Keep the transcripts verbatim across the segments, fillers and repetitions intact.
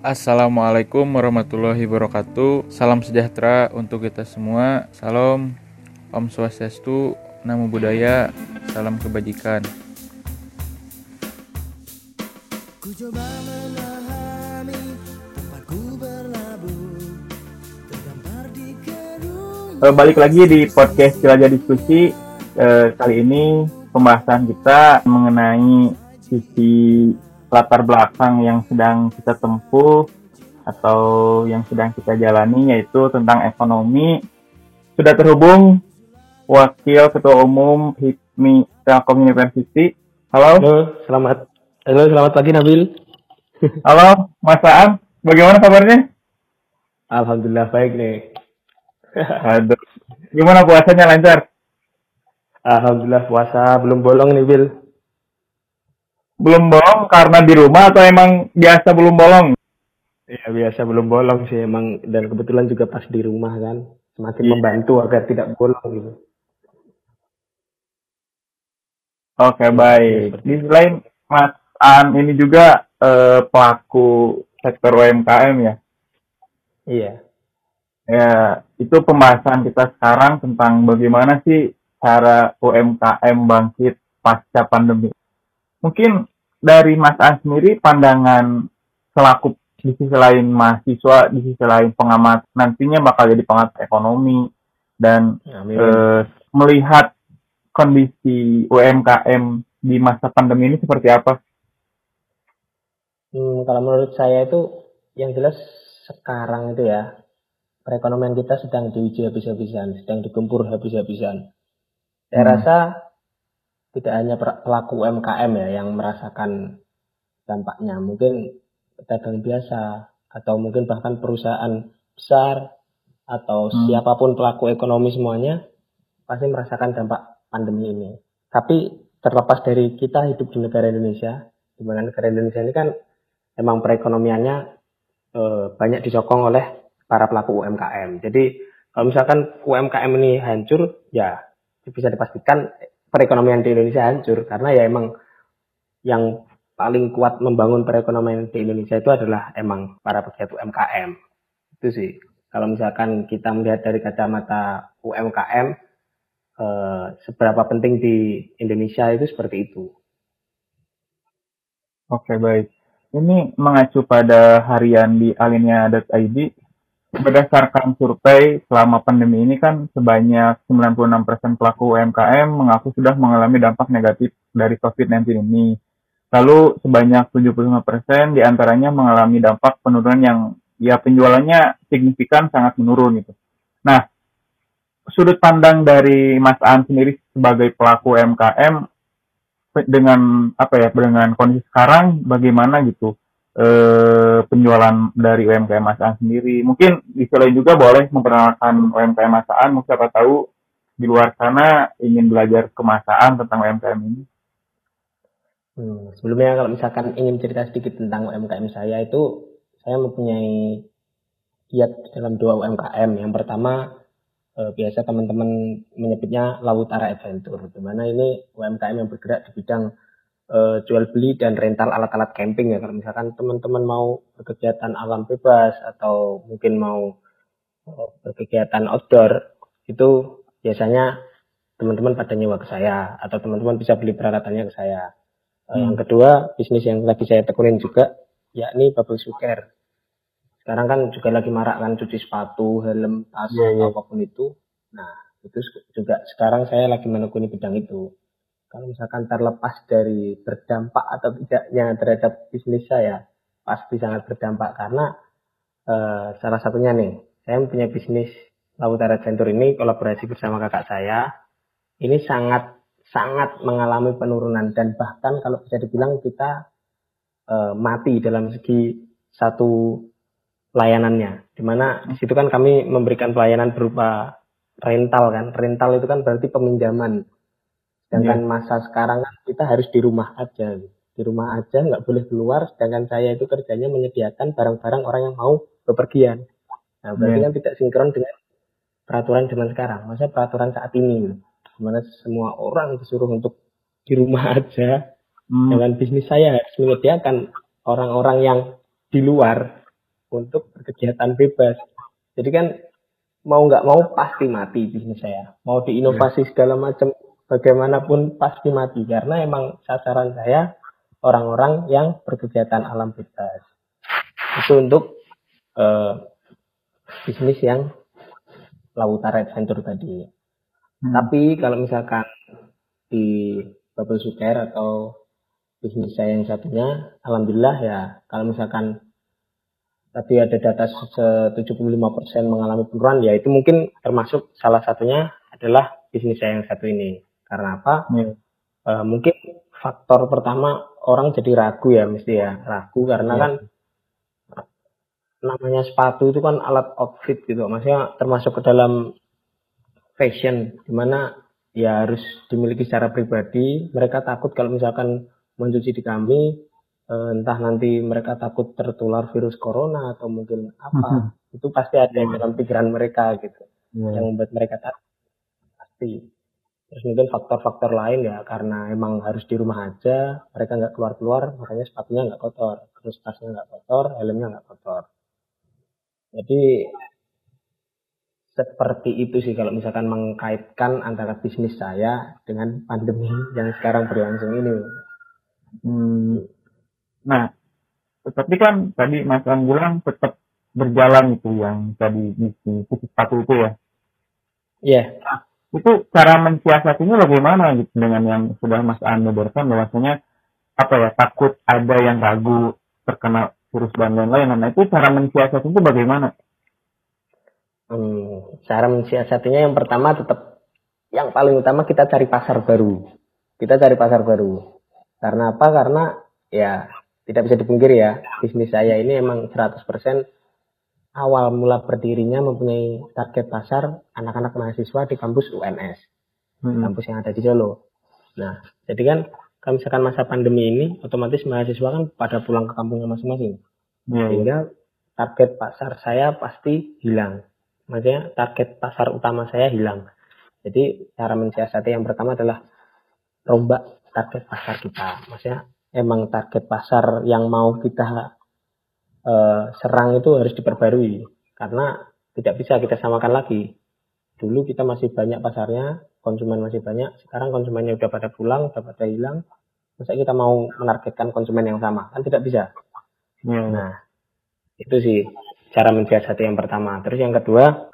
Assalamualaikum warahmatullahi wabarakatuh. Salam sejahtera untuk kita semua. Salam, Om Swastiastu, Namo Buddhaya, salam kebajikan. Ku coba memahami tempatku berlabuh, terdampar di kedua. Uh, balik lagi di podcast Jelajah Diskusi. Uh, kali ini pembahasan kita mengenai sisi latar belakang yang sedang kita tempuh atau yang sedang kita jalani, yaitu tentang ekonomi. Sudah terhubung Wakil Ketua Umum Hipmi Telkom University. Halo. Halo, selamat. Halo, selamat pagi Nabil. Halo, Mas Aan. Bagaimana kabarnya? Alhamdulillah baik nih. Aduh. Gimana puasanya, lancar? Alhamdulillah puasa belum bolong nih, Bil. Belum bolong karena di rumah atau emang biasa belum bolong? Ya biasa belum bolong sih emang, dan kebetulan juga pas di rumah kan, semakin yeah. membantu agar tidak bolong gitu. Oke, okay, baik. Di selain Mas An ini juga eh, pelaku sektor U M K M ya? Iya. Ya, itu pembahasan kita sekarang tentang bagaimana sih cara U M K M bangkit pasca pandemi. Mungkin dari Mas An sendiri, pandangan selaku di sisi lain mahasiswa, di sisi lain pengamat, nantinya bakal jadi pengamat ekonomi, dan eh, melihat kondisi U M K M di masa pandemi ini seperti apa? Hmm, kalau menurut saya itu, yang jelas sekarang itu ya, perekonomian kita sedang diuji habis-habisan, sedang digempur habis-habisan. Saya hmm. rasa tidak hanya pelaku U M K M ya yang merasakan dampaknya, mungkin pedagang biasa atau mungkin bahkan perusahaan besar atau hmm. siapapun pelaku ekonomi semuanya pasti merasakan dampak pandemi ini. Tapi terlepas dari kita hidup di negara Indonesia, di mana negara Indonesia ini kan emang perekonomiannya e, banyak disokong oleh para pelaku U M K M. Jadi kalau misalkan U M K M ini hancur, ya bisa dipastikan perekonomian di Indonesia hancur, karena ya emang yang paling kuat membangun perekonomian di Indonesia itu adalah emang para pegiat U M K M. Itu sih. Kalau misalkan kita melihat dari kacamata U M K M, eh, seberapa penting di Indonesia itu seperti itu. Oke, baik. Ini mengacu pada harian di alinea dot i d. Berdasarkan survei selama pandemi ini kan sebanyak sembilan puluh enam persen pelaku U M K M mengaku sudah mengalami dampak negatif dari covid sembilan belas ini. Lalu sebanyak tujuh puluh lima persen diantaranya mengalami dampak penurunan yang ya penjualannya signifikan, sangat menurun gitu. Nah, sudut pandang dari Mas An sendiri sebagai pelaku U M K M dengan apa ya, dengan kondisi sekarang bagaimana gitu? Eh, penjualan dari U M K M Mas An sendiri. Mungkin di selain juga boleh memperkenalkan U M K M Mas An, siapa tahu di luar sana ingin belajar kemasaan tentang U M K M ini. Hmm, sebelumnya kalau misalkan ingin cerita sedikit tentang U M K M saya, itu saya mempunyai giat dalam dua U M K M. Yang pertama eh, biasa teman-teman menyebutnya Lautara Adventure, di mana ini U M K M yang bergerak di bidang Uh, jual beli dan rental alat-alat camping ya. Kalau misalkan teman-teman mau berkegiatan alam bebas atau mungkin mau uh, berkegiatan outdoor, itu biasanya teman-teman pada nyewa ke saya atau teman-teman bisa beli peralatannya ke saya. Uh, hmm. Yang kedua, bisnis yang lagi saya tekunin juga, yakni bubble shoe care. Sekarang kan juga lagi marak kan cuci sepatu, helm, tas, yeah, yeah. apapun itu. Nah, itu juga sekarang saya lagi menekuni bidang itu. Kalau misalkan terlepas dari berdampak atau tidaknya terhadap bisnis saya, pasti sangat berdampak, karena uh, salah satunya nih, saya mempunyai bisnis Lautara Adventure ini kolaborasi bersama kakak saya. Ini sangat sangat mengalami penurunan, dan bahkan kalau bisa dibilang kita uh, mati dalam segi satu layanannya. Dimana di situ kan kami memberikan pelayanan berupa rental kan. Rental itu kan berarti peminjaman. Sedangkan yeah. masa sekarang kan kita harus di rumah aja, di rumah aja, nggak boleh keluar. Sedangkan saya itu kerjanya menyediakan barang-barang orang yang mau bepergian. Nah, berarti yeah. kan tidak sinkron dengan peraturan zaman sekarang. Maksudnya peraturan saat ini, dimana semua orang disuruh untuk di rumah aja. Hmm. Dengan bisnis saya harus menyediakan orang-orang yang di luar untuk berkegiatan bebas. Jadi kan mau nggak mau pasti mati bisnis saya. Mau diinovasi segala macam, bagaimanapun pasti mati. Karena emang sasaran saya orang-orang yang berkegiatan alam bebas. Itu untuk uh, bisnis yang Lautar Adventure tadi. Hmm. Tapi kalau misalkan di Bubble Sugar atau bisnis saya yang satunya, alhamdulillah ya, kalau misalkan tadi ada data tujuh puluh lima persen mengalami penurunan, ya itu mungkin termasuk salah satunya adalah bisnis saya yang satu ini. Karena apa? Hmm. E, mungkin faktor pertama orang jadi ragu ya, mesti ya ragu karena hmm. kan namanya sepatu itu kan alat outfit gitu, maksudnya termasuk ke dalam fashion, dimana ya harus dimiliki secara pribadi. Mereka takut kalau misalkan mencuci di kami, entah nanti mereka takut tertular virus corona atau mungkin apa, mm-hmm. itu pasti ada yeah. dalam pikiran mereka gitu, yeah. yang membuat mereka takut pasti. Terus mungkin faktor-faktor lain ya karena emang harus di rumah aja, mereka nggak keluar-keluar, makanya sepatunya nggak kotor, terus tasnya nggak kotor, helmnya nggak kotor. Jadi seperti itu sih kalau misalkan mengkaitkan antara bisnis saya dengan pandemi yang sekarang berlangsung ini. Hmm. Nah, tapi kan tadi Mas An bilang tetap berjalan itu yang tadi bisnis sepatu itu ya. Iya. Yeah. Itu cara mensiasatinya bagaimana gitu dengan yang sudah Mas An beberkan bahwasanya apa ya takut ada yang ragu terkena virus dan lain-lain. Nah itu cara mensiasati itu bagaimana? Hmm, cara mensiasatinya yang pertama tetap yang paling utama kita cari pasar baru. Kita cari pasar baru. Karena apa? Karena ya tidak bisa dipungkiri ya, bisnis saya ini emang seratus persen awal mula berdirinya mempunyai target pasar anak-anak mahasiswa di kampus U N S. Hmm. Di kampus yang ada di Solo. Nah, jadi kan kalau misalkan masa pandemi ini otomatis mahasiswa kan pada pulang ke kampungnya masing-masing. Hmm. Sehingga target pasar saya pasti hilang. Maksudnya target pasar utama saya hilang. Jadi cara mensiasati yang pertama adalah rombak target pasar kita. Maksudnya emang target pasar yang mau kita uh, serang itu harus diperbarui. Karena tidak bisa kita samakan lagi. Dulu kita masih banyak pasarnya, konsumen masih banyak. Sekarang konsumennya udah pada pulang, udah pada hilang. Masa kita mau menargetkan konsumen yang sama? Kan tidak bisa. Hmm. Nah, itu sih cara mensiasati yang pertama. Terus yang kedua,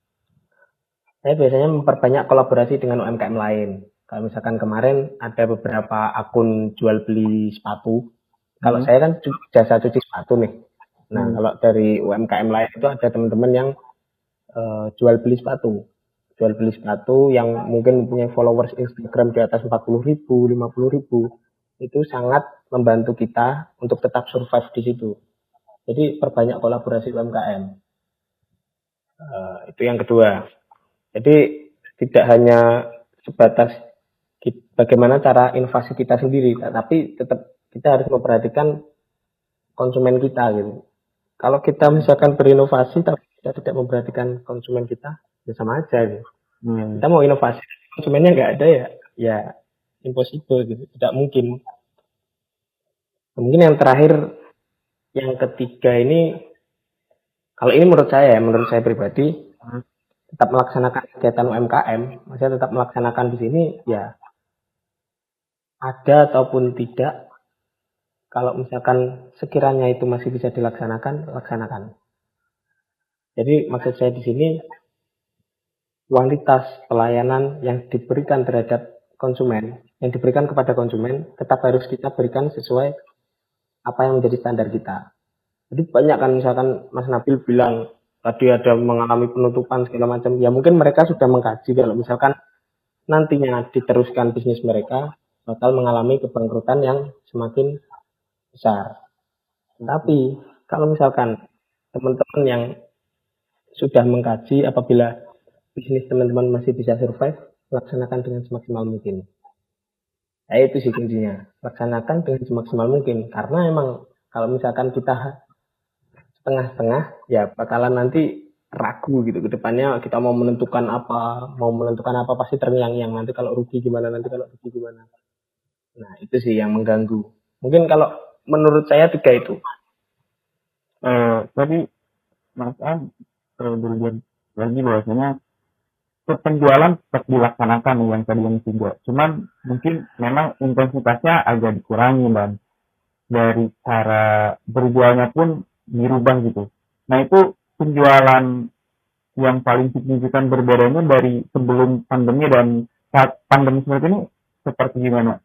saya biasanya memperbanyak kolaborasi dengan U M K M lain. Kalau misalkan kemarin ada beberapa akun jual beli sepatu. Kalau hmm. saya kan jasa cuci sepatu nih. Nah, hmm. kalau dari U M K M lain itu ada teman-teman yang uh, jual beli sepatu. Jual beli sepatu yang mungkin mempunyai followers Instagram di atas empat puluh ribu, lima puluh ribu. Itu sangat membantu kita untuk tetap survive di situ. Jadi perbanyak kolaborasi U M K M. Uh, itu yang kedua. Jadi tidak hanya sebatas bagaimana cara inovasi kita sendiri, tapi tetap kita harus memperhatikan konsumen kita gitu. Kalau kita misalkan berinovasi tapi kita tidak memperhatikan konsumen kita, ya sama aja gitu. Hmm. Kita mau inovasi, konsumennya nggak ada ya, ya impossible gitu, tidak mungkin. Mungkin yang terakhir, yang ketiga ini, kalau ini menurut saya, menurut saya pribadi. Hmm. Tetap melaksanakan kegiatan U M K M, maksudnya tetap melaksanakan di sini ya ada ataupun tidak. Kalau misalkan sekiranya itu masih bisa dilaksanakan, laksanakan. Jadi maksud saya di sini kualitas pelayanan yang diberikan terhadap konsumen, yang diberikan kepada konsumen tetap harus kita berikan sesuai apa yang menjadi standar kita. Jadi banyak kan misalkan Mas Nabil bilang tadi ada mengalami penutupan segala macam. Ya mungkin mereka sudah mengkaji kalau misalkan nantinya diteruskan bisnis mereka bakal mengalami kebangkrutan yang semakin besar. Tapi kalau misalkan teman-teman yang sudah mengkaji apabila bisnis teman-teman masih bisa survive, laksanakan dengan semaksimal mungkin. Ya itu sih kuncinya. Laksanakan dengan semaksimal mungkin. Karena emang kalau misalkan kita setengah-setengah ya bakalan nanti ragu gitu ke depannya kita mau menentukan apa mau menentukan apa pasti terngiang-ngiang nanti kalau rugi gimana nanti kalau rugi gimana. Nah itu sih yang mengganggu. Mungkin kalau menurut saya tiga itu Eh, tadi Mas An eh, berujar lagi bahwasanya penjualan tetap dilaksanakan yang tadi yang tiga. Cuman mungkin memang intensitasnya agak dikurangi dan dari cara berjualnya pun dirubah gitu. Nah itu penjualan yang paling signifikan berbedanya dari sebelum pandemi dan saat pandemi seperti ini seperti gimana?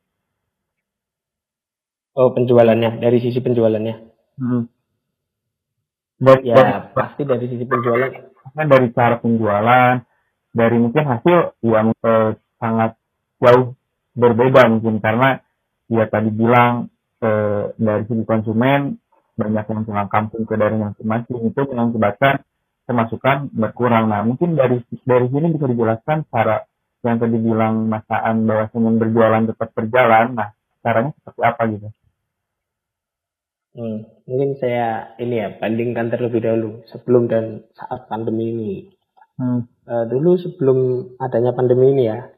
Oh, penjualannya, dari sisi penjualannya. Hmm. Dari, Ya, dari, pasti dari sisi penjualan. dari cara penjualan, dari mungkin hasil yang eh, sangat jauh berbeda mungkin karena ya tadi bilang eh, dari sisi konsumen banyak yang pulang kampung ke daerah masing-masing itu mengakibatkan pemasukan berkurang. Nah mungkin dari dari sini bisa dijelaskan cara yang tadi bilang Mas Aan bahwasanya berjualan tetap berjalan. Nah caranya seperti apa gitu? Hmm, mungkin saya ini ya bandingkan terlebih dahulu sebelum dan saat pandemi ini. Hmm. Uh, dulu sebelum adanya pandemi ini ya,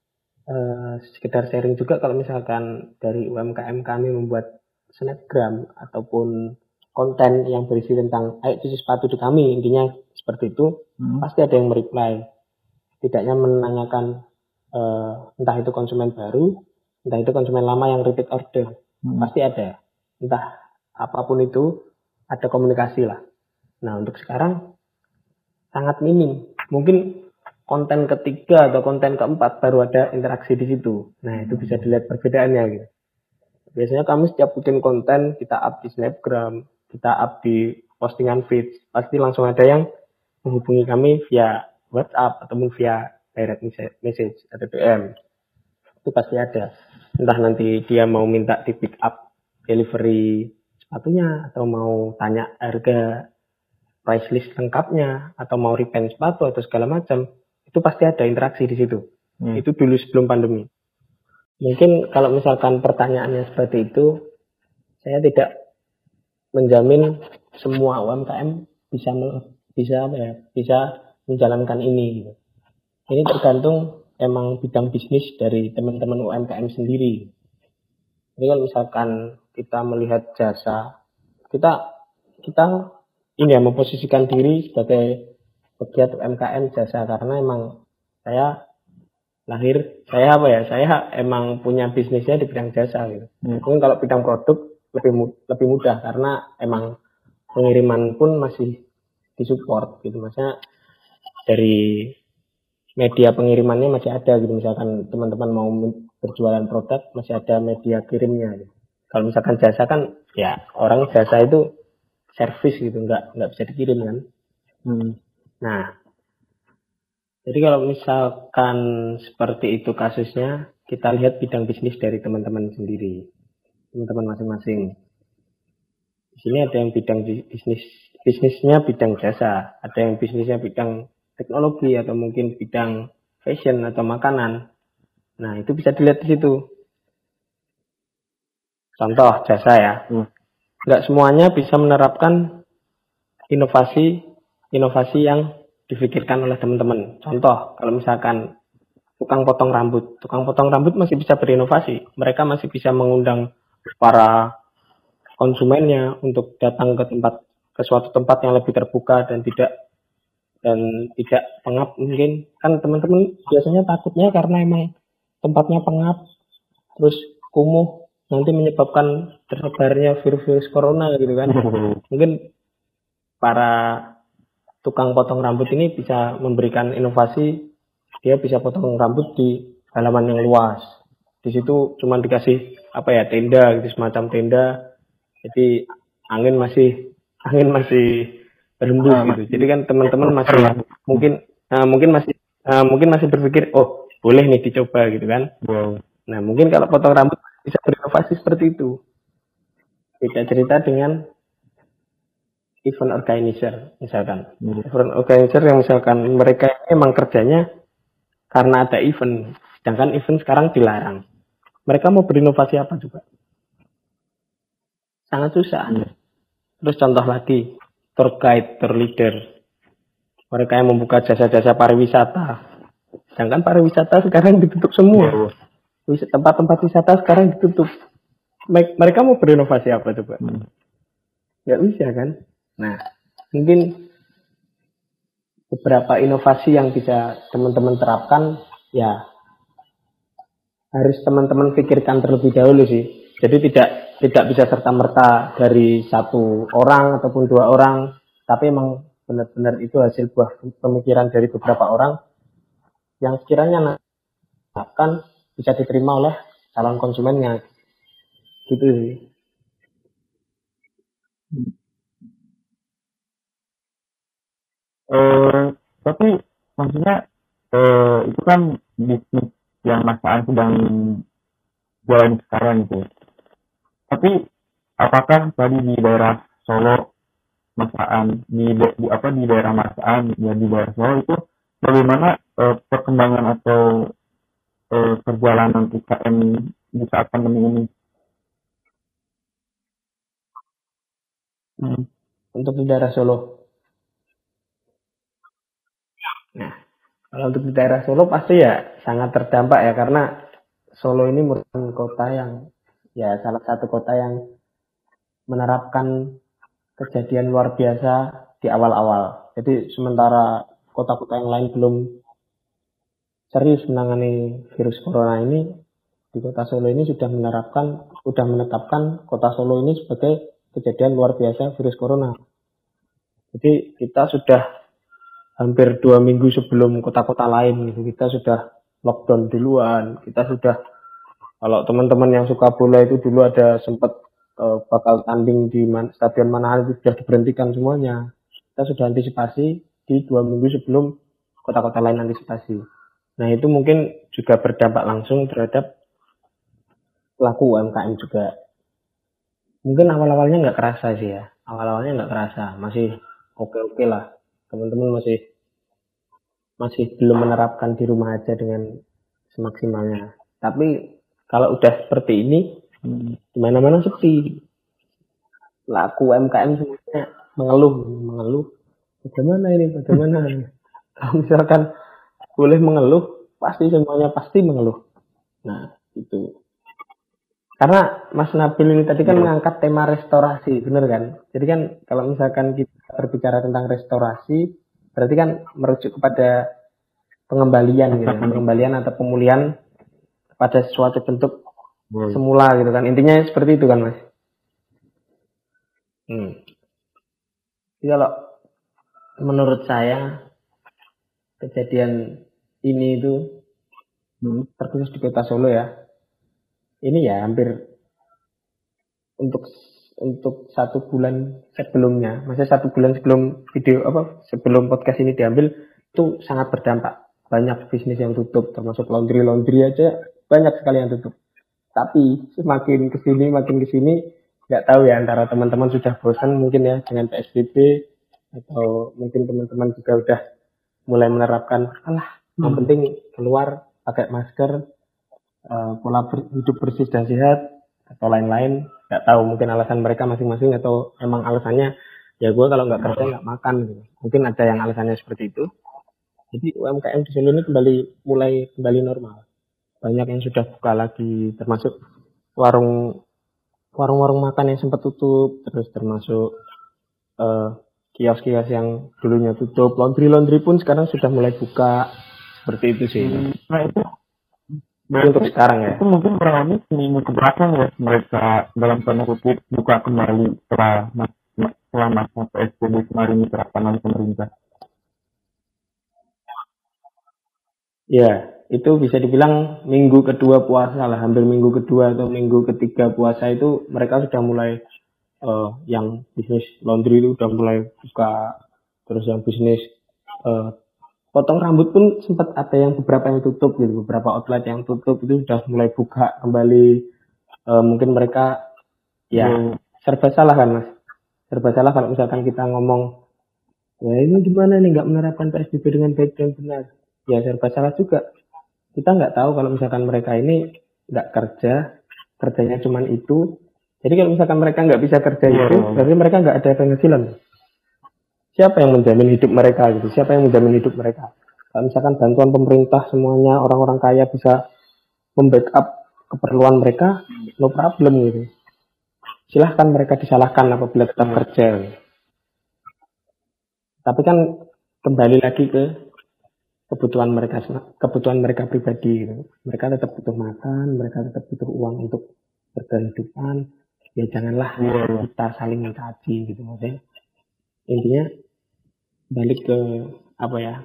uh, sekedar sharing juga kalau misalkan dari U M K M kami membuat snapgram ataupun konten yang berisi tentang ayo cuci sepatu di kami, intinya seperti itu, hmm. pasti ada yang mereply. Tidaknya menanyakan uh, entah itu konsumen baru, entah itu konsumen lama yang repeat order, hmm. pasti ada. Entah apapun itu ada komunikasi lah. Nah untuk sekarang sangat minim. Mungkin konten ketiga atau konten keempat baru ada interaksi di situ. Nah itu bisa dilihat perbedaannya gitu. Biasanya kami setiap bikin konten kita up di snapgram, kita up di postingan feeds, pasti langsung ada yang menghubungi kami via WhatsApp ataupun via direct message atau D M. Itu pasti ada. Entah nanti dia mau minta di pick up delivery sepatunya atau mau tanya harga price list lengkapnya atau mau repaint sepatu atau segala macam, itu pasti ada interaksi di situ. Hmm. Itu dulu sebelum pandemi. Mungkin kalau misalkan pertanyaannya seperti itu, saya tidak menjamin semua U M K M bisa bisa apa ya, bisa menjalankan ini gitu. Ini tergantung emang bidang bisnis dari teman-teman U M K M sendiri. Jadi kalau misalkan kita melihat jasa, kita kita ini ya memposisikan diri sebagai pegiat U M K M jasa karena emang saya lahir, saya apa ya, saya emang punya bisnisnya di bidang jasa gitu. Hmm. Mungkin kalau bidang produk lebih lebih mudah karena emang pengiriman pun masih disupport gitu, maksudnya dari media pengirimannya masih ada gitu, misalkan teman-teman mau berjualan produk masih ada media kirimnya gitu. Kalau misalkan jasa kan ya orang jasa itu servis gitu, nggak nggak bisa dikirim kan. Hmm. Nah, jadi kalau misalkan seperti itu kasusnya, kita lihat bidang bisnis dari teman-teman sendiri, teman-teman masing-masing. Di sini ada yang bidang bisnis bisnisnya bidang jasa, ada yang bisnisnya bidang teknologi atau mungkin bidang fashion atau makanan. Nah, itu bisa dilihat di situ. Contoh jasa ya. Hmm. Nggak semuanya bisa menerapkan inovasi inovasi yang difikirkan oleh teman-teman. Contoh, kalau misalkan tukang potong rambut, tukang potong rambut masih bisa berinovasi. Mereka masih bisa mengundang para konsumennya untuk datang ke tempat ke suatu tempat yang lebih terbuka dan tidak dan tidak pengap. Mungkin kan teman-teman biasanya takutnya karena emang tempatnya pengap, terus kumuh, nanti menyebabkan tersebarnya virus-virus corona gitu kan. Mungkin para tukang potong rambut ini bisa memberikan inovasi, dia bisa potong rambut di halaman yang luas. Di situ cuma dikasih apa ya, tenda gitu, semacam tenda. Jadi angin masih angin masih berhembus gitu. Jadi kan teman-teman masih mungkin uh, mungkin masih uh, mungkin masih berpikir, oh boleh nih dicoba gitu kan. Wow. Nah mungkin kalau potong rambut bisa berinovasi seperti itu. Beda cerita dengan event organizer misalkan. Hmm. Event organizer yang misalkan mereka emang kerjanya karena ada event, sedangkan event sekarang dilarang. Mereka mau berinovasi apa juga? Sangat susah. Hmm. Terus contoh lagi, tour guide, tour leader. Mereka yang membuka jasa-jasa pariwisata. Sedangkan pariwisata sekarang ditutup semua. Hmm. Tempat-tempat wisata sekarang ditutup. Mereka mau berinovasi apa coba? Hmm. Nggak bisa kan? Nah, mungkin beberapa inovasi yang bisa teman-teman terapkan, ya harus teman-teman pikirkan terlebih dahulu sih. Jadi tidak tidak bisa serta-merta dari satu orang ataupun dua orang, tapi emang benar-benar itu hasil buah pemikiran dari beberapa orang yang sekiranya akan bisa diterima oleh calon konsumennya. Gitu sih. Eh, tapi maksudnya eh, itu kan bisnis yang Mas Aan sedang jalan sekarang itu. Tapi apakah tadi di daerah Solo Mas Aan di, di apa di daerah Mas Aan ya di daerah Solo itu bagaimana eh, perkembangan atau eh, perjalanan U K M di saat pandemi ini? Hmm. Untuk di daerah Solo. Nah, kalau untuk di daerah Solo pasti ya sangat terdampak ya, karena Solo ini merupakan kota yang ya salah satu kota yang menerapkan kejadian luar biasa di awal-awal. Jadi sementara kota-kota yang lain belum serius menangani virus corona ini, di kota Solo ini sudah menerapkan, sudah menetapkan kota Solo ini sebagai kejadian luar biasa virus corona. Jadi kita sudah hampir dua minggu sebelum kota-kota lain, gitu. Kita sudah lockdown duluan. Kita sudah, kalau teman-teman yang suka bola itu dulu ada sempat uh, bakal tanding di man, stadion Manahan itu sudah diberhentikan semuanya. Kita sudah antisipasi di dua minggu sebelum kota-kota lain antisipasi. Nah itu mungkin juga berdampak langsung terhadap pelaku U M K M juga. Mungkin awal-awalnya nggak kerasa sih ya. Awal-awalnya nggak kerasa, masih oke-oke lah. Teman-teman masih masih belum menerapkan di rumah aja dengan semaksimalnya. Tapi kalau udah seperti ini, di mana-mana sepi. Laku U M K M semuanya mengeluh, mengeluh. Bagaimana ini? Bagaimana? Kalau misalkan boleh mengeluh, pasti semuanya pasti mengeluh. Nah, itu. Karena Mas Nabil ini tadi kan mengangkat tema restorasi, benar kan? Jadi kan kalau misalkan kita berbicara tentang restorasi, berarti kan merujuk kepada pengembalian gitu, pengembalian atau pemulihan pada suatu bentuk semula gitu kan. Intinya seperti itu kan, Mas. Hmm. Jadi kalau menurut saya kejadian ini itu hmm, terkhusus di Kota Solo ya. Ini ya hampir untuk untuk satu bulan sebelumnya, maksudnya satu bulan sebelum video apa sebelum podcast ini diambil itu sangat berdampak. Banyak bisnis yang tutup, termasuk laundry laundry aja banyak sekali yang tutup. Tapi semakin kesini makin kesini nggak tahu ya, antara teman-teman sudah bosan mungkin ya dengan P S B B, atau mungkin teman-teman juga udah mulai menerapkan alah yang hmm. penting keluar pakai masker, uh, pola ber, hidup bersih dan sehat atau lain-lain. Nggak tahu mungkin alasan mereka masing-masing, atau emang alasannya ya gue kalau nggak kerja nggak makan gitu. Mungkin ada yang alasannya seperti itu. Jadi U M K M di Solo ini kembali mulai kembali normal. Banyak yang sudah buka lagi, termasuk warung warung-warung makan yang sempat tutup, terus termasuk uh, kios-kios yang dulunya tutup, laundry-laundry pun sekarang sudah mulai buka. Seperti itu sih. Nah itu berarti untuk sekarang ya. Itu mungkin kurang lebih seminggu kebelakang ya mereka dalam tanda kutip buka kembali setelah setelah masa P S B B kemarin diterapkan oleh pemerintah. Ya, itu bisa dibilang minggu kedua puasa lah, hampir minggu kedua atau minggu ketiga puasa itu mereka sudah mulai uh, yang bisnis laundry itu udah mulai buka, terus yang bisnis uh, potong rambut pun sempat ada yang beberapa yang tutup gitu, beberapa outlet yang tutup itu sudah mulai buka kembali. Uh, mungkin mereka ya hmm. serba salah kan Mas, serba salah kalau misalkan kita ngomong ya ini gimana nih nggak menerapkan P S B B dengan baik dan benar. Ya serba salah juga. Kita nggak tahu kalau misalkan mereka ini nggak kerja, kerjanya cuma itu. Jadi kalau misalkan mereka nggak bisa kerja yeah. itu, berarti mereka nggak ada penghasilan. Siapa yang menjamin hidup mereka gitu? Siapa yang menjamin hidup mereka? Kalau misalkan bantuan pemerintah semuanya orang-orang kaya bisa membackup keperluan mereka, no problem gitu. Silahkan mereka disalahkan apabila tetap kerja. Gitu. Tapi kan kembali lagi ke kebutuhan mereka kebutuhan mereka pribadi gitu. Mereka tetap butuh makan, mereka tetap butuh uang untuk berkehidupan. Ya janganlah Iya, kita saling mengkaji gitu maksudnya. Intinya balik ke apa ya?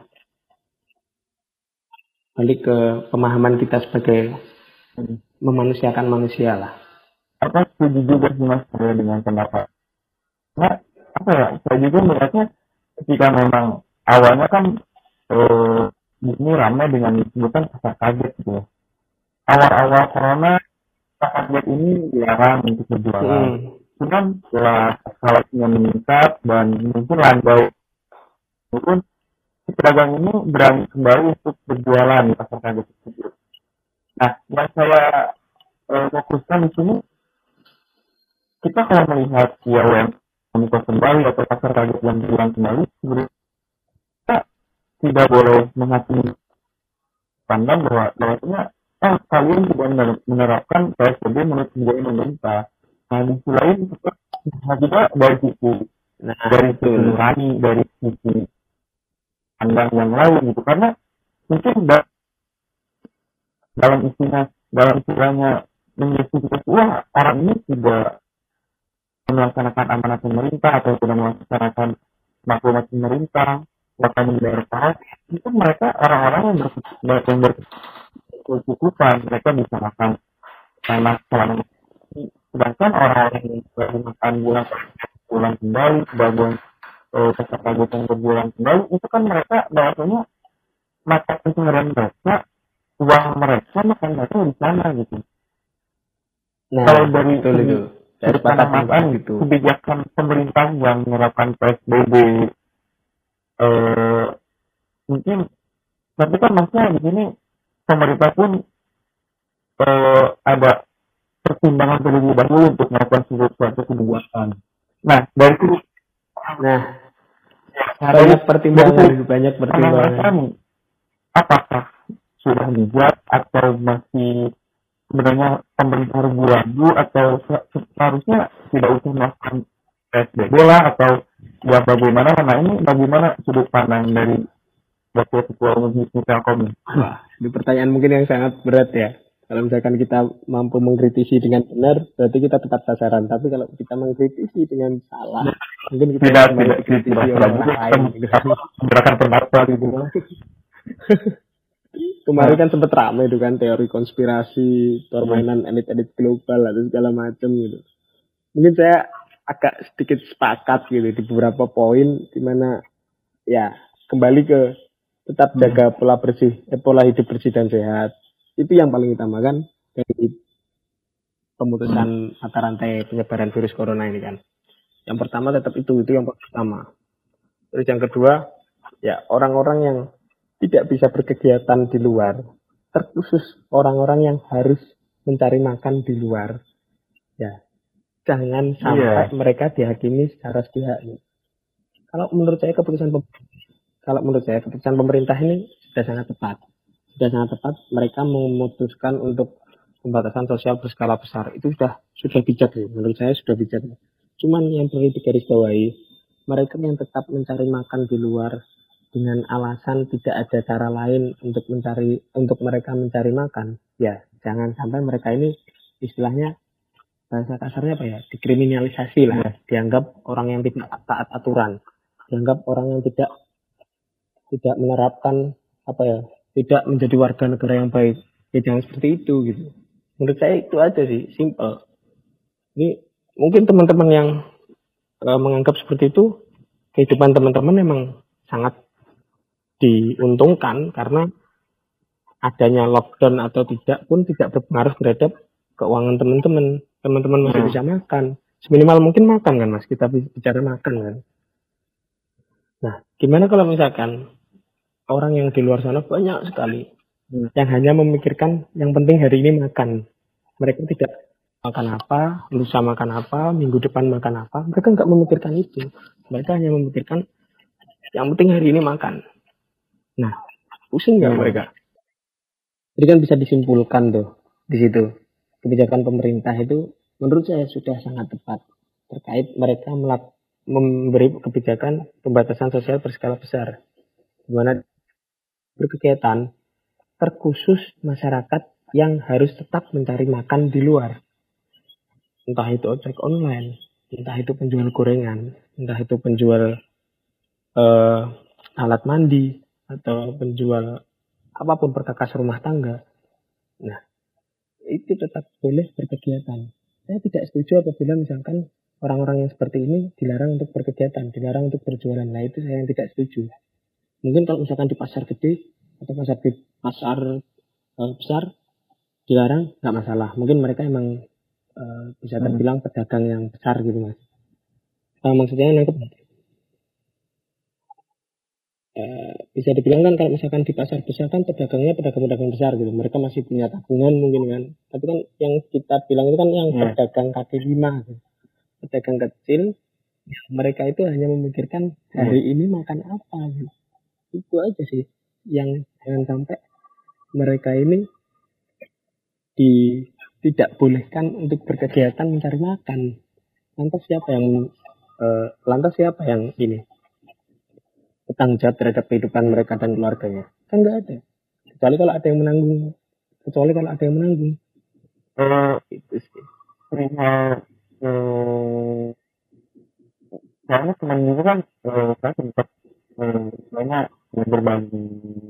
Balik ke pemahaman kita sebagai iya. memanusiakan manusia lah. Apa setuju juga sih mas saya dengan pendapat. Nah, apa ya? Saya juga melihatnya ketika memang awalnya kan eh, ini ramai dengan sebutan pasar kaget gitu ya. Awal-awal corona pasar kaget ini dilarang untuk berjualan. Hmm. Cuman setelah eskalasinya meningkat dan mungkin landai pun si pedagang ini berani kembali untuk berjualan di pasar kaget tersebut. Nah, yang saya eh, fokuskan di sini, kita kalau melihat U M M kembali atau pasar kaget yang berjualan kembali, sebenarnya kita tidak boleh menghakimi pandang bahwa bahwasanya ah kalian juga menerapkan P S B B menurut kebijakan pemerintah. Nah, di sisi lain tetap nah, juga dari sisi Nah, dari sisi betul. nurani, dari sisi pandang yang lain gitu, karena mungkin da- dalam istilah dalam istilahnya menjustifikasi wah orang ini tidak melaksanakan amanat pemerintah atau tidak melaksanakan maklumat pemerintah, bahkan membayar pajak, itu mereka orang-orang yang ber- yang berkecukupan, mereka bisa makan tanah selama ini. Sedangkan orang-orang yang baru makan bulan bulan kembali, sebagian eh, peserta yang berbulan kembali, itu kan mereka bahasanya makan pencemaran mereka, uang mereka makan mereka di sana gitu. Nah, Kalau dari betul segi itu. Saya sudut sepakat pandang dengan Mas, itu. kebijakan pemerintah yang menerapkan P S B B eh, mungkin, tapi kan maksudnya di sini pemerintah pun eh, ada pertimbangan terlebih dahulu untuk melakukan suatu kebijakan. Nah, dari itu, Nah, nah, dari, banyak pertimbangan, dari banyak pandangan pertimbangan. kami, apakah sudah dibuat atau masih sebenarnya pemerintah ragu-ragu atau seharusnya tidak usah melakukan P S B B lah atau ya bagaimana? Nah ini bagaimana sudut pandang dari wakil ketua umum Hizbut Telkom? Wah, ini pertanyaan mungkin yang sangat berat ya. Kalau misalkan kita mampu mengkritisi dengan benar, berarti kita tepat sasaran. Tapi kalau kita mengkritisi dengan salah, mungkin kita Tidak kembali tidak dikritisi tidak oleh juga orang kita lain. Gitu. memberikan pendapat gitu. Kemarin kan sempat ramai itu kan teori konspirasi, permainan elit-elit global atau segala macam gitu. Mungkin saya agak sedikit sepakat gitu di beberapa poin di mana ya kembali ke tetap jaga pola bersih, eh, pola hidup bersih dan sehat. Itu yang paling utama kan dari pemutusan mata rantai penyebaran virus corona ini kan. Yang pertama tetap itu, itu yang pertama. Terus yang kedua, ya orang-orang yang tidak bisa berkegiatan di luar, terkhusus orang-orang yang harus mencari makan di luar. Ya, jangan sampai Iya. mereka dihakimi secara sepihak. Kalau menurut saya keputusan kalau menurut saya keputusan pemerintah ini sudah sangat tepat. Sudah sangat tepat mereka memutuskan untuk pembatasan sosial berskala besar. Itu sudah sudah bijak ya. Menurut saya sudah bijak. Cuman yang perlu digarisbawahi, mereka yang tetap mencari makan di luar dengan alasan tidak ada cara lain untuk mencari untuk mereka mencari makan, ya jangan sampai mereka ini istilahnya bahasa kasarnya apa ya, dikriminalisasi lah, ya. Dianggap orang yang tidak taat aturan, dianggap orang yang tidak tidak menerapkan apa ya, tidak menjadi warga negara yang baik. Ya jangan seperti itu gitu. Menurut saya itu aja sih, simple. Ini mungkin teman-teman yang uh, menganggap seperti itu, kehidupan teman-teman memang sangat diuntungkan karena adanya lockdown atau tidak pun tidak berpengaruh terhadap keuangan teman-teman. Teman-teman masih bisa makan. Seminimal mungkin makan kan mas, kita bicara makan kan. Nah, gimana kalau misalkan orang yang di luar sana banyak sekali hmm. yang hanya memikirkan yang penting hari ini makan. Mereka tidak makan apa, lusa makan apa, minggu depan makan apa. Mereka nggak memikirkan itu. Mereka hanya memikirkan yang penting hari ini makan. Nah, pusing nggak hmm. mereka? Jadi kan bisa disimpulkan tuh di situ. Kebijakan pemerintah itu menurut saya sudah sangat tepat terkait mereka memberi kebijakan pembatasan sosial berskala besar, di mana berkegiatan terkhusus masyarakat yang harus tetap mencari makan di luar. Entah itu ojek online, entah itu penjual gorengan, entah itu penjual uh, alat mandi, atau penjual apapun perkakas rumah tangga. Nah, itu tetap boleh berkegiatan. Saya tidak setuju apabila misalkan orang-orang yang seperti ini dilarang untuk berkegiatan, dilarang untuk berjualan. Nah, itu saya yang tidak setuju. Mungkin kalau misalkan di pasar gede atau pasar di pasar uh, besar dilarang, nggak masalah. Mungkin mereka emang uh, bisa terbilang pedagang yang besar gitu, Mas. Nah, maksudnya nangkep uh, bisa dibilang kan kalau misalkan di pasar besar kan pedagangnya pedagang-pedagang besar gitu. Mereka masih punya tabungan mungkin kan. Tapi kan yang kita bilang itu kan yang hmm. pedagang kaki lima gitu. Pedagang kecil, mereka itu hanya memikirkan hari hmm. ini makan apa gitu. Itu aja sih yang jangan sampai mereka ini di tidak bolehkan untuk berkegiatan mencari makan. Lantas siapa yang uh, lantas siapa yang ini bertanggung jawab terhadap kehidupan mereka dan keluarganya? Kan nggak ada. Kecuali kalau ada yang menanggung. Kecuali kalau ada yang menanggung. Uh, itu sih. Perihal uh, karena teman juga kan uh, saya sempat uh, banyak berbagi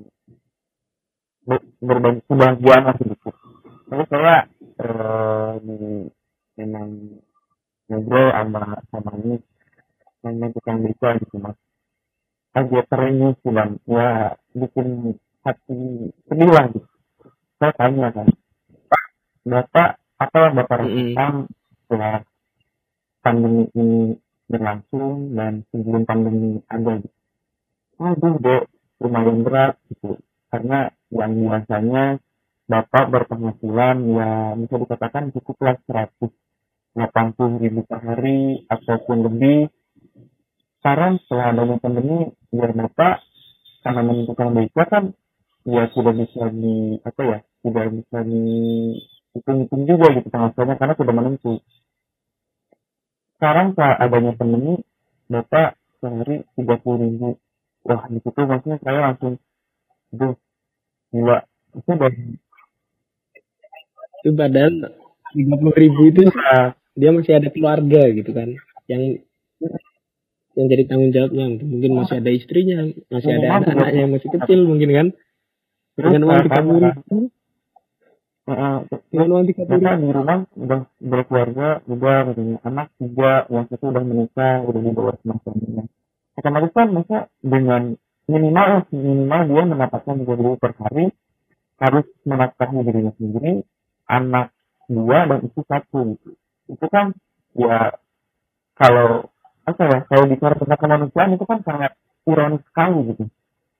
ber, berbagi kebahagiaan lah sedikit. Terus saya uh, di memang ngobrol sama sama ini yang tukang beca gitu Mas. Agak terenyuh sih Bang. Ya bikin hati sedih lah gitu. Saya tanya kan, Pak, Bapak apa yang Bapak rasakan setelah pandemi ini berlangsung dan sebelum pandemi ada gitu. Aduh, Dok, lumayan berat gitu. Karena yang biasanya Bapak berpenghasilan ya bisa dikatakan cukuplah seratus delapan puluh ribu per hari ataupun lebih. Sekarang setelah adanya pandemi, ya Bapak karena menentukan beca kan ya sudah bisa di apa ya, sudah bisa dihitung-hitung juga gitu penghasilannya karena sudah menentu. Sekarang setelah adanya pandemi, Bapak sehari tiga puluh ribu. Wah, di situ maksudnya saya langsung, aduh, gila. Itu dari itu padahal tiga puluh ribu itu nah, dia masih ada keluarga gitu kan yang yang jadi tanggung jawabnya, mungkin masih ada istrinya, masih ada anak-anaknya yang masih kecil mungkin kan, dengan uang tiga puluh ribu dengan uang tiga puluh ribu di rumah udah berkeluarga juga, anak juga, yang satu udah menikah, udah dibawa sama suaminya. Otomatis kan masa dengan minimal minimal dia mendapatkan dua ribu per hari, harus menafkahi dirinya sendiri, anak dua dan istri satu gitu. Itu kan ya kalau apa ya, kalau bicara tentang kemanusiaan itu kan sangat ironis sekali gitu.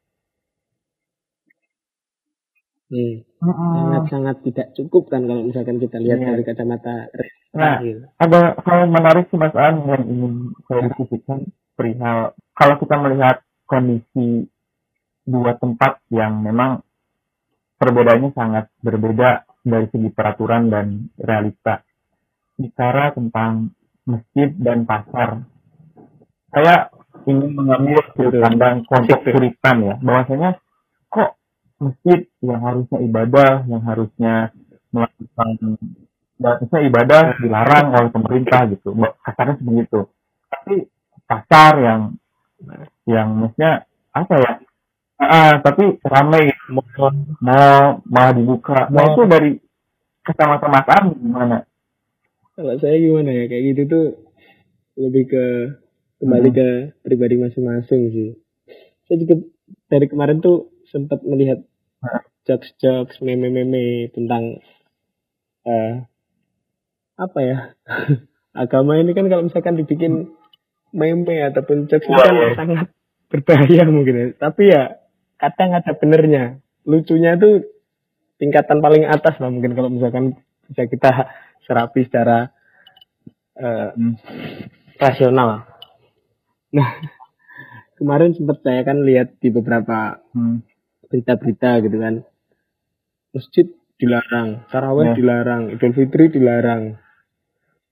Hmm. Uh-uh. Sangat-sangat tidak cukup kan kalau misalkan kita lihat yeah. dari kacamata. Nah, gitu. Ada hal menarik sih Mas An yang ingin saya diskusikan perihal kalau kita melihat kondisi dua tempat yang memang perbedaannya sangat berbeda dari segi peraturan dan realita. Bicara tentang masjid dan pasar, saya ingin mengambil sudut pandang kelompok Puritan ya, bahwasanya kok masjid yang harusnya ibadah, yang harusnya melakukan harusnya ibadah dilarang oleh pemerintah gitu, kasarnya begitu. Tapi pasar yang yang maksudnya apa ya? Ah, tapi ramai mau mau malah dibuka. Nah itu dari kacamata Mas Am gimana? Kalau saya gimana ya, kayak gitu tuh lebih ke kembali hmm. ke pribadi masing-masing sih. Saya juga dari kemarin tuh sempat melihat jokes-jokes meme-meme tentang uh, apa ya agama ini kan kalau misalkan dibikin meme ataupun jokes itu kan yeah. sangat berbahaya mungkin ya. Tapi ya kadang ada benernya. Lucunya tuh tingkatan paling atas lah mungkin kalau misalkan bisa kita serapi secara uh, hmm. rasional. Nah, kemarin sempat saya kan lihat di beberapa hmm. berita-berita gitu kan. Masjid dilarang, tarawih yeah. dilarang, Idul Fitri dilarang.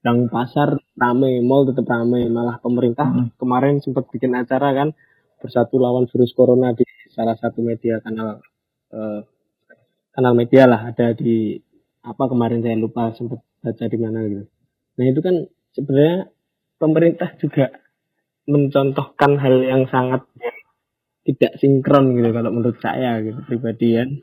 yang pasar rame, mall tetap rame, malah pemerintah Hmm. kemarin sempat bikin acara kan bersatu lawan virus corona di salah satu media kanal eh, kanal media lah, ada di apa kemarin saya lupa sempat baca di mana gitu. Nah itu kan sebenarnya pemerintah juga mencontohkan hal yang sangat tidak sinkron gitu kalau menurut saya gitu pribadi kan.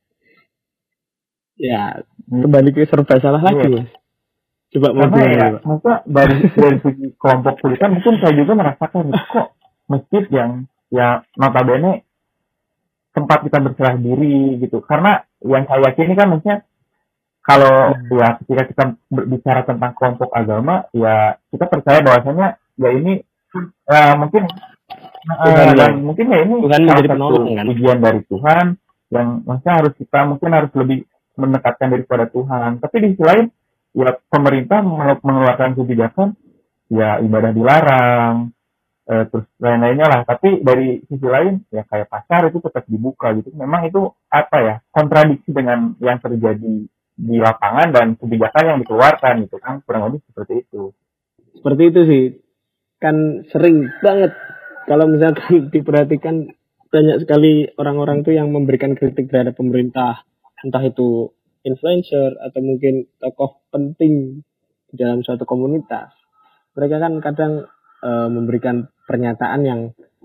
Ya Hmm. kembali ke serba salah lagi Iya. mas. Coba mau Karena gimana ya, Pak? masa dari dari segi kelompok kulit kan mungkin saya juga merasakan itu kok masjid yang ya notabene tempat kita berserah diri gitu. Karena yang saya yakini kan maksudnya kalau ya ketika kita berbicara tentang kelompok agama ya kita percaya bahwasanya ya ini eh, mungkin eh, Tuhan ya. dan mungkin ya ini Tuhan salah menjadi satu penolong kan. ujian dari Tuhan yang maksudnya harus kita mungkin harus lebih mendekatkan daripada Tuhan. Tapi di sisi lain ya pemerintah mengeluarkan mengeluarkan kebijakan ya ibadah dilarang eh, terus lain-lainnya lah. Tapi dari sisi lain ya kayak pasar itu tetap dibuka gitu. Memang itu apa ya kontradiksi dengan yang terjadi di lapangan dan kebijakan yang dikeluarkan gitu kan kurang lebih seperti itu. Seperti itu sih. Kan sering banget kalau misalkan diperhatikan banyak sekali orang-orang tuh yang memberikan kritik terhadap pemerintah, entah itu influencer atau mungkin tokoh penting di dalam suatu komunitas. Mereka kan kadang e, memberikan pernyataan yang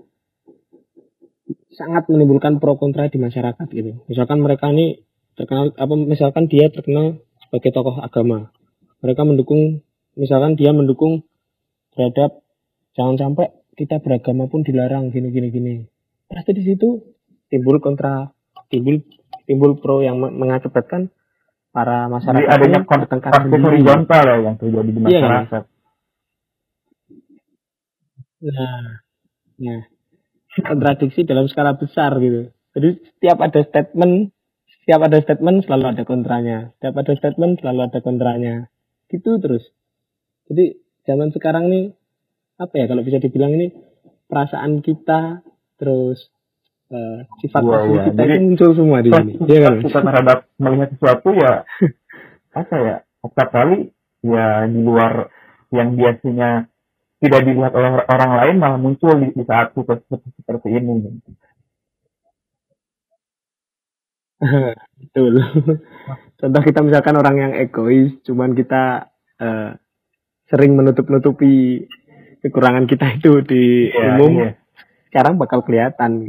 sangat menimbulkan pro kontra di masyarakat gitu. Misalkan mereka ini terkenal apa misalkan dia terkenal sebagai tokoh agama. Mereka mendukung misalkan dia mendukung terhadap jangan sampai kita beragama pun dilarang gini gini gini. Pasti di situ timbul kontra, timbul timbul pro yang mengakibatkan para masyarakat. Jadi adanya konflik horizontal ya yang terjadi di masyarakat. Iya, nah, nah, kontradiksi dalam skala besar gitu. Jadi setiap ada statement, setiap ada statement selalu ada kontranya. Setiap ada statement selalu ada kontranya. Gitu terus. Jadi zaman sekarang nih apa ya kalau bisa dibilang ini perasaan kita terus uh, sifat Wah, asli ya. kita Jadi, itu muncul semua di sini. Iya kan? Kita terhadap melihat sesuatu ya apa ya? Setiap kali ya di luar yang biasanya tidak dilihat oleh orang lain malah muncul di, di saat situasi seperti ini. Betul. Contoh kita misalkan orang yang egois, cuman kita uh, sering menutup-nutupi kekurangan kita itu di ya, umum, iya. Sekarang bakal kelihatan.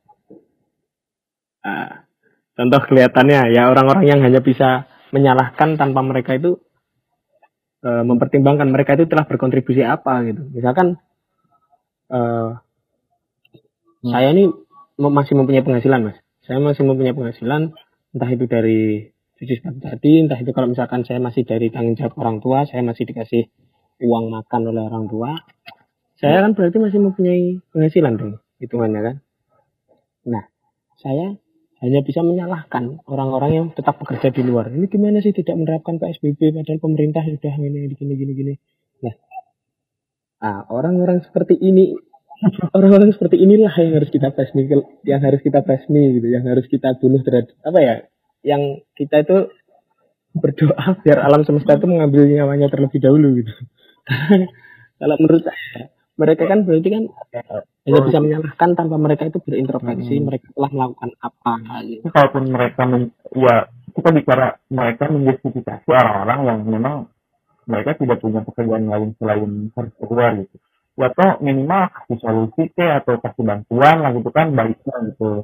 Nah, contoh kelihatannya ya orang-orang yang hanya bisa menyalahkan tanpa mereka itu e, mempertimbangkan mereka itu telah berkontribusi apa gitu. Misalkan e, hmm. saya ini masih mempunyai penghasilan mas. Saya masih mempunyai penghasilan entah itu dari sisi tadi, entah itu kalau misalkan saya masih dari tanggung jawab orang tua, saya masih dikasih uang makan oleh orang tua. Saya kan berarti masih mempunyai penghasilan dong, hitungannya kan. Nah, saya hanya bisa menyalahkan orang-orang yang tetap bekerja di luar. Ini gimana sih tidak menerapkan P S B B padahal pemerintah sudah gini gini gini gini. Nah, nah orang-orang seperti ini, orang-orang seperti inilah yang harus kita basmi, yang harus kita basmi gitu, yang harus kita bunuh terhadap apa ya? Yang kita itu berdoa biar alam semesta itu mengambil nyawanya terlebih dahulu gitu. Kalau menurut saya mereka kan berarti kan hanya bisa menyalahkan tanpa mereka itu berintrospeksi, hmm. mereka telah melakukan apa gitu. Kalaupun mereka men, ya kita bicara mereka menjustifikasi orang-orang yang memang mereka tidak punya pekerjaan lain selain harus keluar gitu. Ya toh minimal kasih solusi ke atau kasih bantuan lah gitu kan baiknya gitu.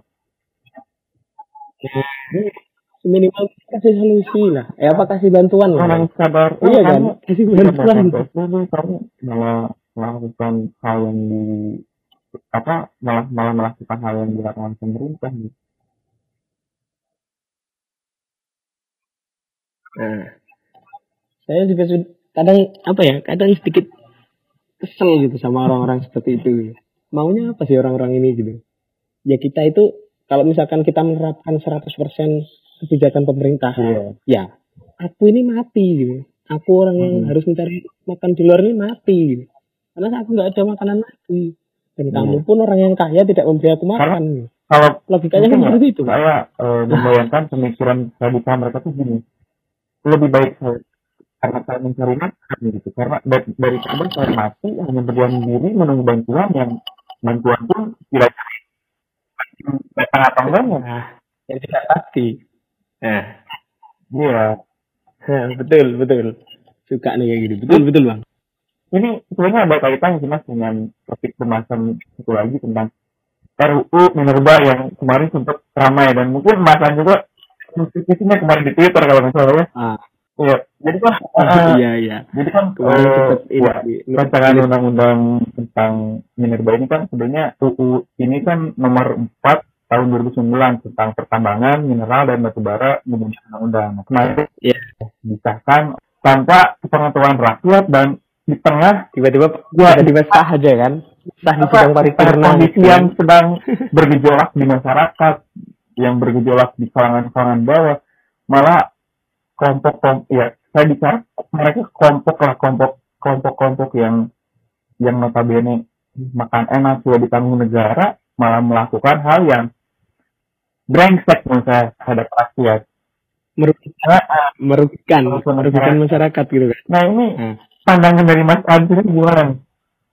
Nah, minimal kasih solusi lah. Eh apa kasih bantuan lah. Orang sabar. Iya kan? Kasih bantuan. Kamu malah melakukan hal yang di apa malah malah melakukan hal yang dilakukan pemerintah gitu. Nah, saya juga kadang apa ya kadang sedikit kesel gitu sama orang-orang seperti itu. Maunya apa sih orang-orang ini gitu? Ya kita itu kalau misalkan kita menerapkan seratus persen kebijakan pemerintah, yeah. ya aku ini mati gitu. Aku orang yang hmm. harus mencari makan di luar ini mati gitu. Karena aku nggak ada makanan lagi. Dan hmm. kamu pun orang yang kaya tidak memberi aku makan. Karena, kalau logikanya kan seperti itu. Saya uh, membayangkan pemikiran radikal mereka tuh gini. Lebih baik saya, karena saya mencari makan gitu. Karena dari, dari kabar saya mati hanya berdiam diri menunggu bantuan yang bantuan pun tidak datang atau enggaknya. Nah, yang tidak pasti. Nah, Iya. nah, betul, betul. Suka nih kayak gini. Betul, betul, Bang. Ini sebenarnya ada kaitannya sih Mas dengan topik pembahasan itu lagi tentang R U U Minerba yang kemarin sempat ramai dan mungkin Mas An juga diskusinya kemarin di Twitter kalau misalnya. Ah. Iya, jadi kan uh, iya iya. Jadi kan kemarin uh, sempat ini ya, rancangan undang-undang tentang Minerba ini kan sebenarnya U U ini kan nomor empat tahun dua ribu sembilan tentang pertambangan, mineral dan batubara menjadi undang-undang. Nah, kemarin yeah. disahkan tanpa pengetahuan rakyat dan di tengah tiba-tiba ya, tiba-tiba sah aja kan, sah di sidang paripurna. Kondisi yang sedang bergejolak di masyarakat, yang bergejolak di kalangan-kalangan bawah, malah kelompok-kelompok ya saya bicara mereka kelompok lah kelompok kelompok-kelompok yang yang notabene makan enak sudah ditanggung negara malah melakukan hal yang brengsek menurut saya terhadap rakyat, merugikan merugikan, merugikan masyarakat gitu kan. Nah ini hmm. pandangan dari Mas Andri gimana?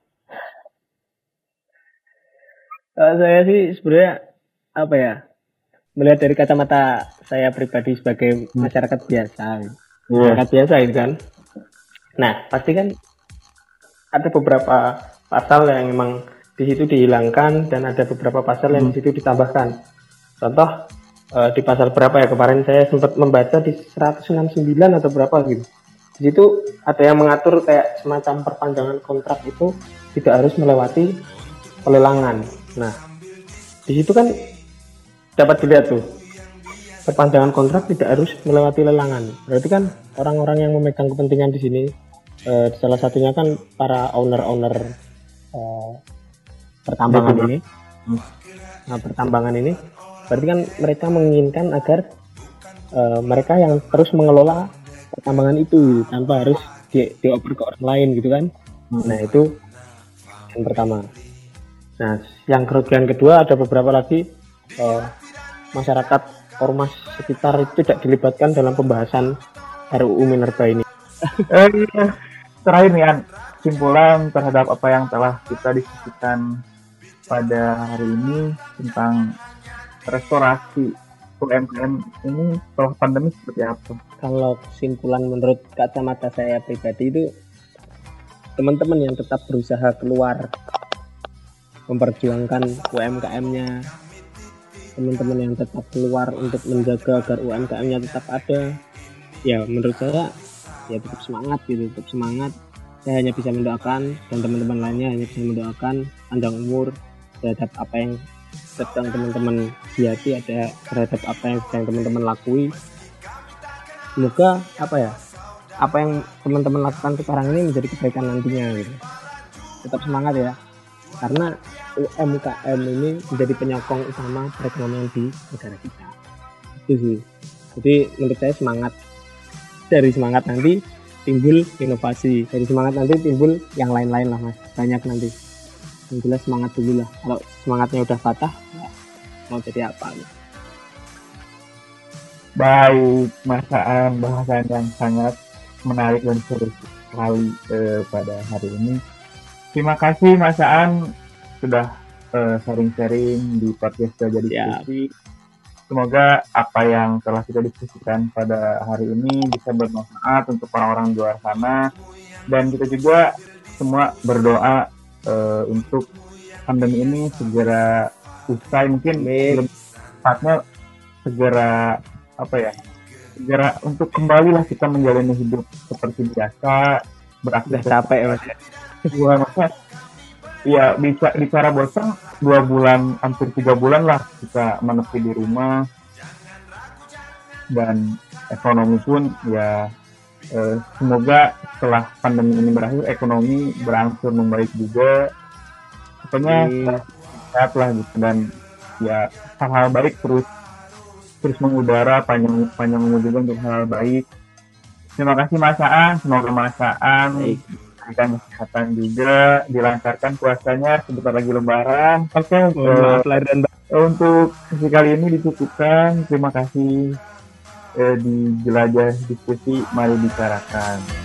Uh, saya sih sebenarnya apa ya, melihat dari kacamata saya pribadi sebagai masyarakat biasa, yeah. masyarakat biasa itu kan. Nah pasti kan ada beberapa pasal yang memang di situ dihilangkan dan ada beberapa pasal yang hmm. di situ ditambahkan. Contoh uh, di pasal berapa ya kemarin saya sempat membaca di seratus enam puluh sembilan atau berapa gitu. Di situ ada yang mengatur kayak semacam perpanjangan kontrak itu tidak harus melewati pelelangan. Nah di situ kan dapat dilihat tuh perpanjangan kontrak tidak harus melewati lelangan. Berarti kan orang-orang yang memegang kepentingan di sini uh, salah satunya kan para owner-owner uh, pertambangan ini. Nah pertambangan ini berarti kan mereka menginginkan agar uh, mereka yang terus mengelola pertambangan itu tanpa harus di, dioper ke orang lain gitu kan. Nah itu yang pertama. Nah yang kerugian kedua ada beberapa lagi uh, masyarakat ormas sekitar itu tidak dilibatkan dalam pembahasan R U U Minerba ini. Terakhir nih An, kesimpulan terhadap apa yang telah kita diskusikan pada hari ini tentang restorasi U M K M ini setelah pandemi seperti apa? Kalau kesimpulan menurut kacamata saya pribadi itu teman-teman yang tetap berusaha keluar memperjuangkan U M K M-nya, teman-teman yang tetap keluar untuk menjaga agar U M K M-nya tetap ada, ya menurut saya ya tetap semangat gitu, tetap semangat. Saya hanya bisa mendoakan dan teman-teman lainnya hanya bisa mendoakan panjang umur terhadap apa yang sedang teman-teman hati ada terhadap apa yang sedang teman-teman lakui. Semoga apa ya apa yang teman-teman lakukan sekarang ini menjadi kebaikan nantinya gitu. Tetap semangat ya, karena U M K M ini menjadi penyokong utama perekonomian di negara kita. Itu sih. Jadi menurut saya semangat, dari semangat nanti timbul inovasi, dari semangat nanti timbul yang lain-lain lah Mas, banyak nanti. Yang jelas semangat dulu lah. Kalau semangatnya udah patah, ya mau jadi apa gitu. Baik, Mas Aan, bahasan yang sangat menarik dan seru sekali eh, pada hari ini. Terima kasih Mas Aan sudah eh, sharing-sharing di podcast Jadi Diskusi. Semoga apa yang telah kita diskusikan pada hari ini bisa bermanfaat untuk orang-orang di luar sana, dan kita juga semua berdoa Uh, untuk pandemi ini segera usai, mungkin belum saatnya segera apa ya segera untuk kembalilah kita menjalani hidup seperti biasa, beraktivitas. Capek ya Mas. Gua maksudnya ya bisa bicara bosan dua bulan hampir tiga bulan lah kita menepi di rumah, dan ekonomi pun ya Uh, semoga setelah pandemi ini berakhir ekonomi berangsur membaik juga, pokoknya sehat lah gitu, dan ya hal-hal baik terus terus mengudara panjang panjang umur juga untuk hal baik. Terima kasih Mas Aan, semoga Mas Aan diberikan kesehatan juga, dilancarkan puasanya, sebentar lagi lebaran. Oke, okay, uh, untuk sesi kali ini dicukupkan. Terima kasih. Eh, di Jelajah Diskusi, mari bicarakan.